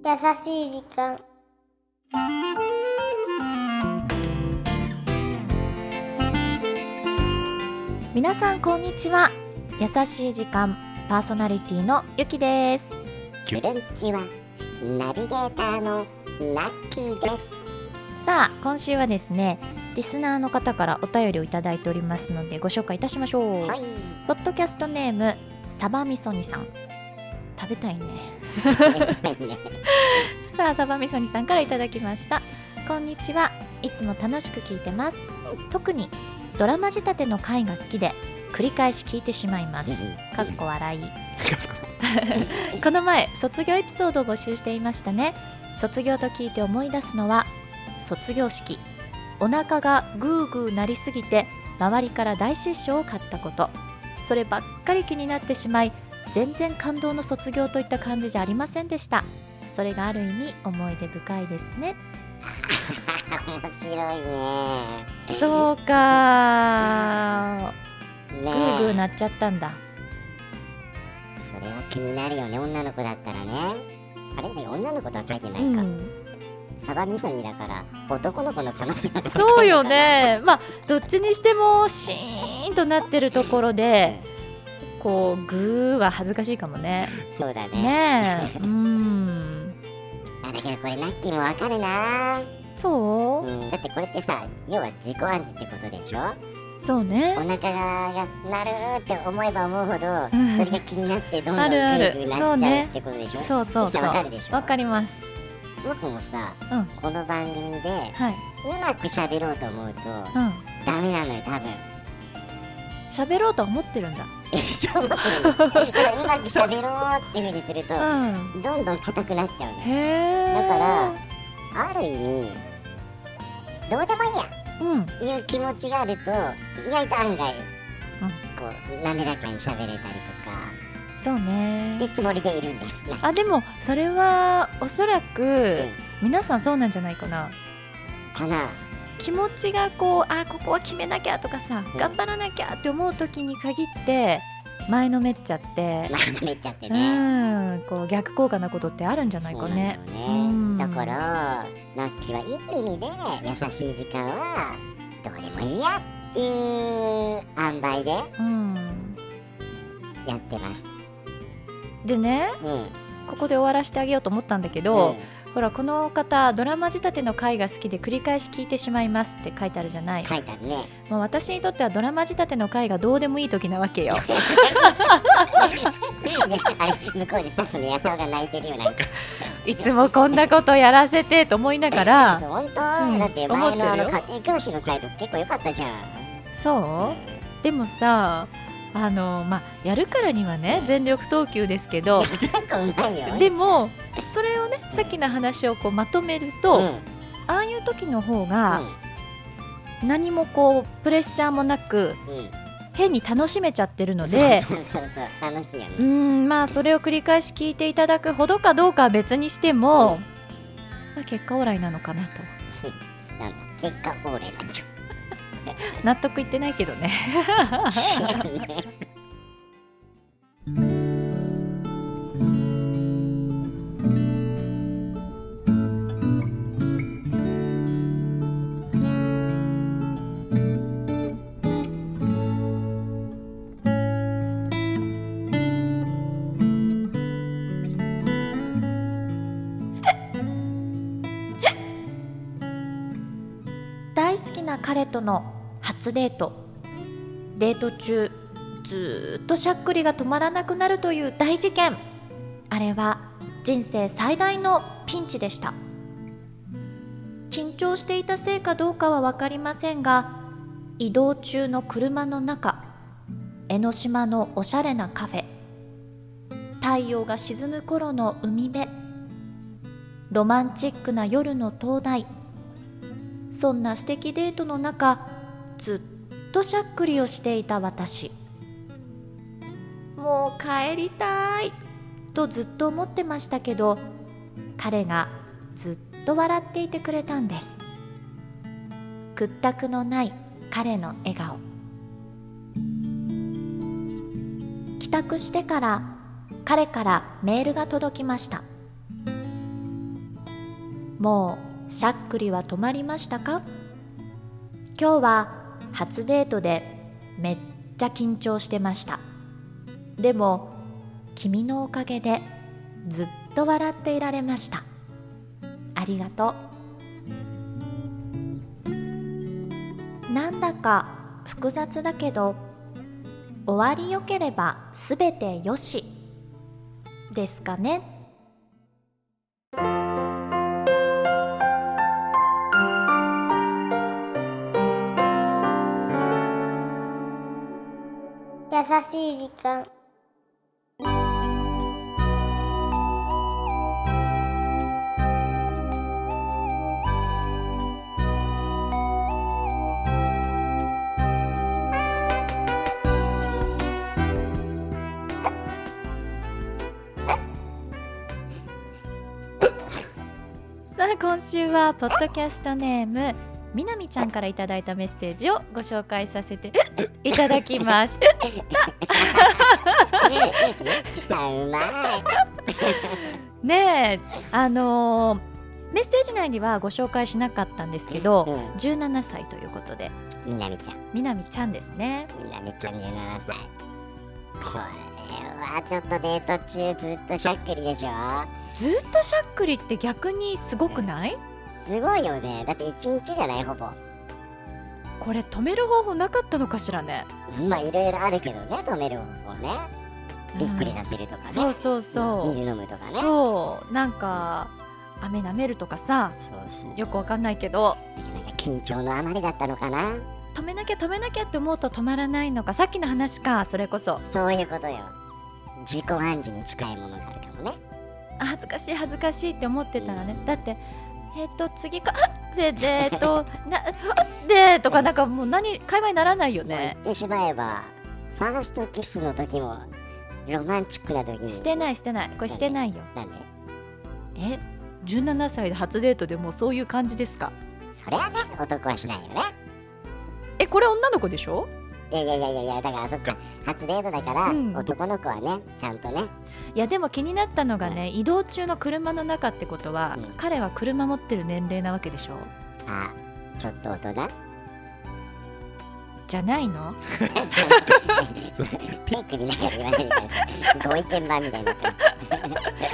優しい時間。 皆さんこんにちは。優しい時間パーソナリティのゆきです。 こんにちは、ナビゲーターのラッキーです。 さあ今週はですね、リスナーの方からお便りをいただいておりますのでご紹介いたしましょう。 はい、 ポッドキャストネームサバみそにさん。食べたいねさあサバみそにさんからいただきました。こんにちは、いつも楽しく聞いてます。特にドラマ仕立ての回が好きで繰り返し聞いてしまいます。かっこ笑いこの前卒業エピソードを募集していましたね。卒業と聞いて思い出すのは卒業式、お腹がグーグーなりすぎて周りから大失笑を買ったこと、そればっかり気になってしまい、全然感動の卒業といった感じじゃありませんでした。それがある意味思い出深いですね。 面白いね。 そうかね、 グーグーなっちゃったんだ。 それは気になるよね、女の子だったらね。あれだよ、女の子とは書いてないか、サバ味噌煮だから男の子の可能性が高いのかな。 そうよね。まあどっちにしてもシーンとなってるところでこうグーは恥ずかしいかもね。 そうだね。 ねえだけどこれナッキーもわかるな。 そう、 だってこれってさ、要は自己暗示ってことでしょ。 そうね。 お腹が鳴るって思えば思うほど、それが気になってどんどんグーグーなっちゃうってことでしょ。 そうそうそう。 わかるでしょ。 わかります。 僕もさ、この番組で、うまく喋ろうと思うと、ダメなのよ、多分。 喋ろうと思ってるんだ。 思ってるんです。だからうまく喋ろうっていう風にすると、どんどん硬くなっちゃうの。だからある意味どうでもいいや、いう気持ちがあると意外と案外、こう滑らかに喋れたりとか。 そうね。 でつもりでいるんです。 あ、でもそれはおそらく、皆さんそうなんじゃないかな。気持ちがこう、ここは決めなきゃとかさ、頑張らなきゃって思う時に限って前のめっちゃってね、こう逆効果なことってあるんじゃないかね。 だからナッキーはいい意味で優しい時間はどうでもいいやっていう塩梅でやってます。 でね、ここで終わらせてあげようと思ったんだけど、ほらこの方ドラマ仕立ての回が好きで繰り返し聞いてしまいますって書いてあるじゃない。 書いてあるね。 もう私にとってはドラマ仕立ての回がどうでもいい時なわけよ。 いや、あれ向こうでスタッフのやさおが泣いてるよ。なんかいつもこんなことやらせてと思いながら本当、だって前の家庭教師の回と結構良かったじゃん。 そう、でもさ、やるからにはね全力投球ですけど、 結構うまいよ。 でもそれをね、さっきの話をこうまとめると、ああいう時の方が何もこうプレッシャーもなく、変に楽しめちゃってるので、 そう楽しいよね。 まあそれを繰り返し聞いていただくほどかどうかは別にしても、結果オーライなのかなと。 なんだ結果オーライなんじゃ納得いってないけどね。大好きな彼との初デート。デート中ずっとしゃっくりが止まらなくなるという大事件。あれは人生最大のピンチでした。緊張していたせいかどうかは分かりませんが、移動中の車の中、江ノ島のおしゃれなカフェ、太陽が沈む頃の海辺、ロマンチックな夜の灯台、そんな素敵デートの中、ずっとしゃっくりをしていた私。もう帰りたいとずっと思ってましたけど、彼がずっと笑っていてくれたんです。屈託のない彼の笑顔。帰宅してから彼からメールが届きました。 もうしゃっくりは止まりましたか？今日は初デートでめっちゃ緊張してました。でも君のおかげでずっと笑っていられました。ありがとう。なんだか複雑だけど、終わりよければすべてよしですかね。 優しい時間。 さあ今週はポッドキャストネームみなみちゃんからいただいたメッセージをご紹介させていただきました。 うまいねえ、メッセージ内にはご紹介しなかったんですけど、17歳ということでみなみちゃんですね。 みなみちゃん17歳。これはちょっとデート中ずっとしゃっくりでしょ。 ずっとしゃっくりって逆にすごくない？ すごいよね。だって1日じゃない、ほぼ。 これ止める方法なかったのかしらね。 まあいろいろあるけどね、止める方法ね。びっくりさせるとかね、 そう水飲むとかね。 そうなんか飴舐めるとかさ、よくわかんないけど、 なんか緊張のあまりだったのかな。 止めなきゃって思うと止まらないのか。さっきの話か。それこそそういうことよ。自己暗示に近いものがあるかもね。 恥ずかしいって思ってたらね、だって次かでとかなんかもう会話にならないよね。 言ってしまえばファーストキスの時もロマンチックな時にしてないこれしてないよ。 なんで ？17歳で初デートでもうそういう感じですか？ それはね、男はしないよね。 これ女の子でしょ？ いやだからそっか、初デートだから、男の子はねちゃんとね。 いやでも気になったのがね、移動中の車の中ってことは、彼は車持ってる年齢なわけでしょ？ あ、ちょっと大人じゃないの？ ピンク見ながら言わないでください。ご意見番みたいになってます。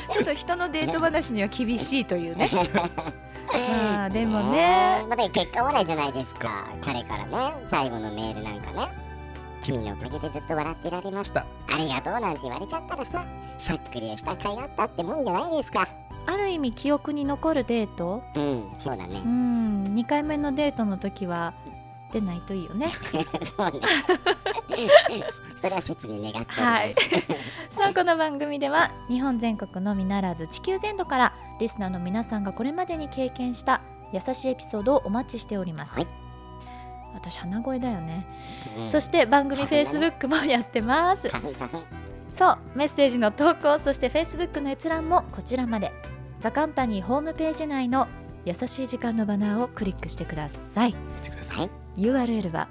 ちょっと人のデート話には厳しいというね。まあでもね、 まだ結果オーライじゃないですか。彼からね、最後のメールなんかね、君のおかげでずっと笑っていられました、ありがとうなんて言われちゃったらさ、しゃっくりをした甲斐があったってもんじゃないですか。 ある意味記憶に残るデート。 そうだね。 2回目のデートの時は出ないといいよね。 そうね。それは切に願っております。 はい。さあこの番組では日本全国のみならず地球全土からリスナーの皆さんがこれまでに経験した優しいエピソードをお待ちしております。私鼻声だよね。そして番組 Facebook もやってます。そうメッセージの投稿、そして Facebook の閲覧もこちらまで。ザカンパニーホームページ内の優しい時間のバナーをクリックしてください。URL は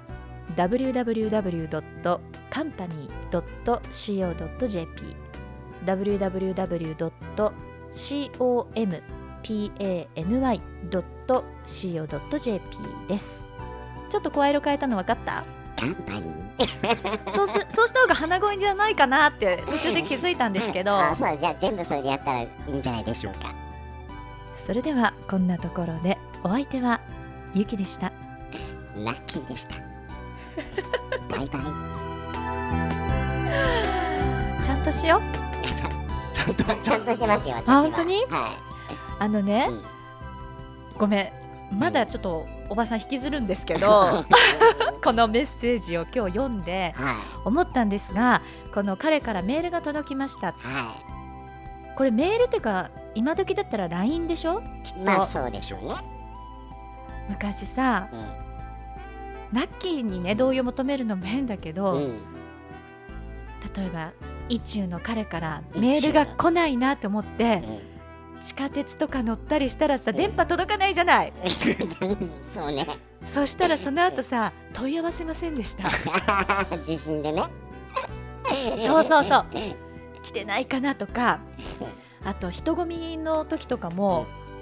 www.company.co.jp www.company.co.jp です。ちょっと声色変えたの分かった？ カンパニーそうした方が鼻声じゃないかなって途中で気づいたんですけどそう、じゃあ全部それでやったらいいんじゃないでしょうか。 それではこんなところで、お相手はゆきでした。 ラッキーでした。バイバイ。 ちゃんとしよう。 ちゃんとしてますよ、私は。 本当に？ごめん、まだちょっとおばさん引きずるんですけどこのメッセージを今日読んで思ったんですが、この彼からメールが届きました。これメールっていうか今時だったら LINE でしょ？きっと。 まあそうでしょうね。 昔さ、ナッキーにね同意を求めるのも変だけど、例えば意中の彼からメールが来ないなと思って、地下鉄とか乗ったりしたらさ、電波届かないじゃない。 そうね。 そしたらその後さ、問い合わせませんでした。 受信でね。 そう来てないかなとか、あと人混みの時とかも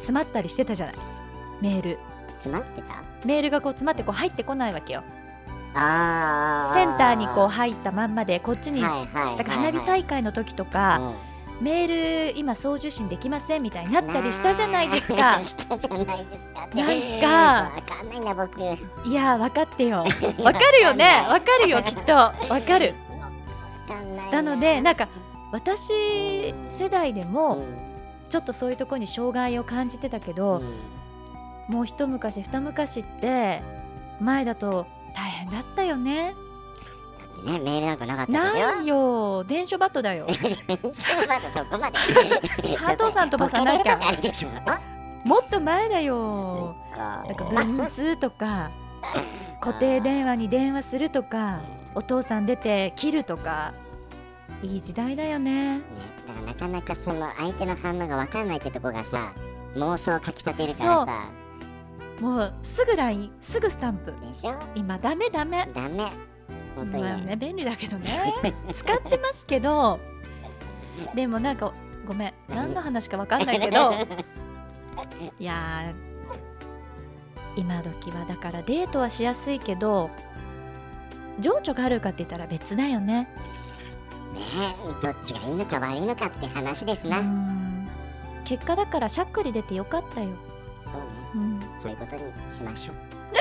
詰まったりしてたじゃない。メール詰まってた？ メールがこう詰まってこう入ってこないわけよ。センあターにこう入ったまんまでこっちに、だから花火大会の時とか、メール今送受信できませんみたいになったりしたじゃないですか。 したじゃないですかって。 なんかわかんないな僕。 いや分かってよ。わかるよね。わかるよきっと。わかる。なのでなんか私世代でもちょっとそういうところに障害を感じてたけど、もう一昔二昔って前だと大変だったよね。 だってね、メールなんかなかったでしょ。 ないよ、電書バットだよ。 電書バットそこまで。 ハートさん飛ばさなきゃ。もっと前だよ。なんか文通とか固定電話に電話するとか、お父さん出て切るとか、いい時代だよね。 だからなかなかその相手の反応が分かんないってとこがさ、妄想をかきたてるからさ。 もうすぐ LINE すぐスタンプでしょ。 今ダメ本当に、まあね、便利だけどね使ってますけど、でもなんかごめん何の話か分かんないけどいや今時はだからデートはしやすいけど情緒があるかって言ったら別だよね。 ねえ、どっちがいいのか悪いのかって話ですな。 結果だからしゃっくり出てよかったよ。 そうね、そういうことにしましょう。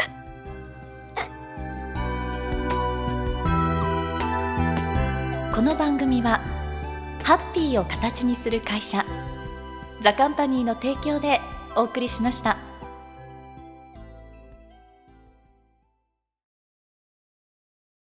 この番組はハッピーを形にする会社ザカンパニーの提供でお送りしました。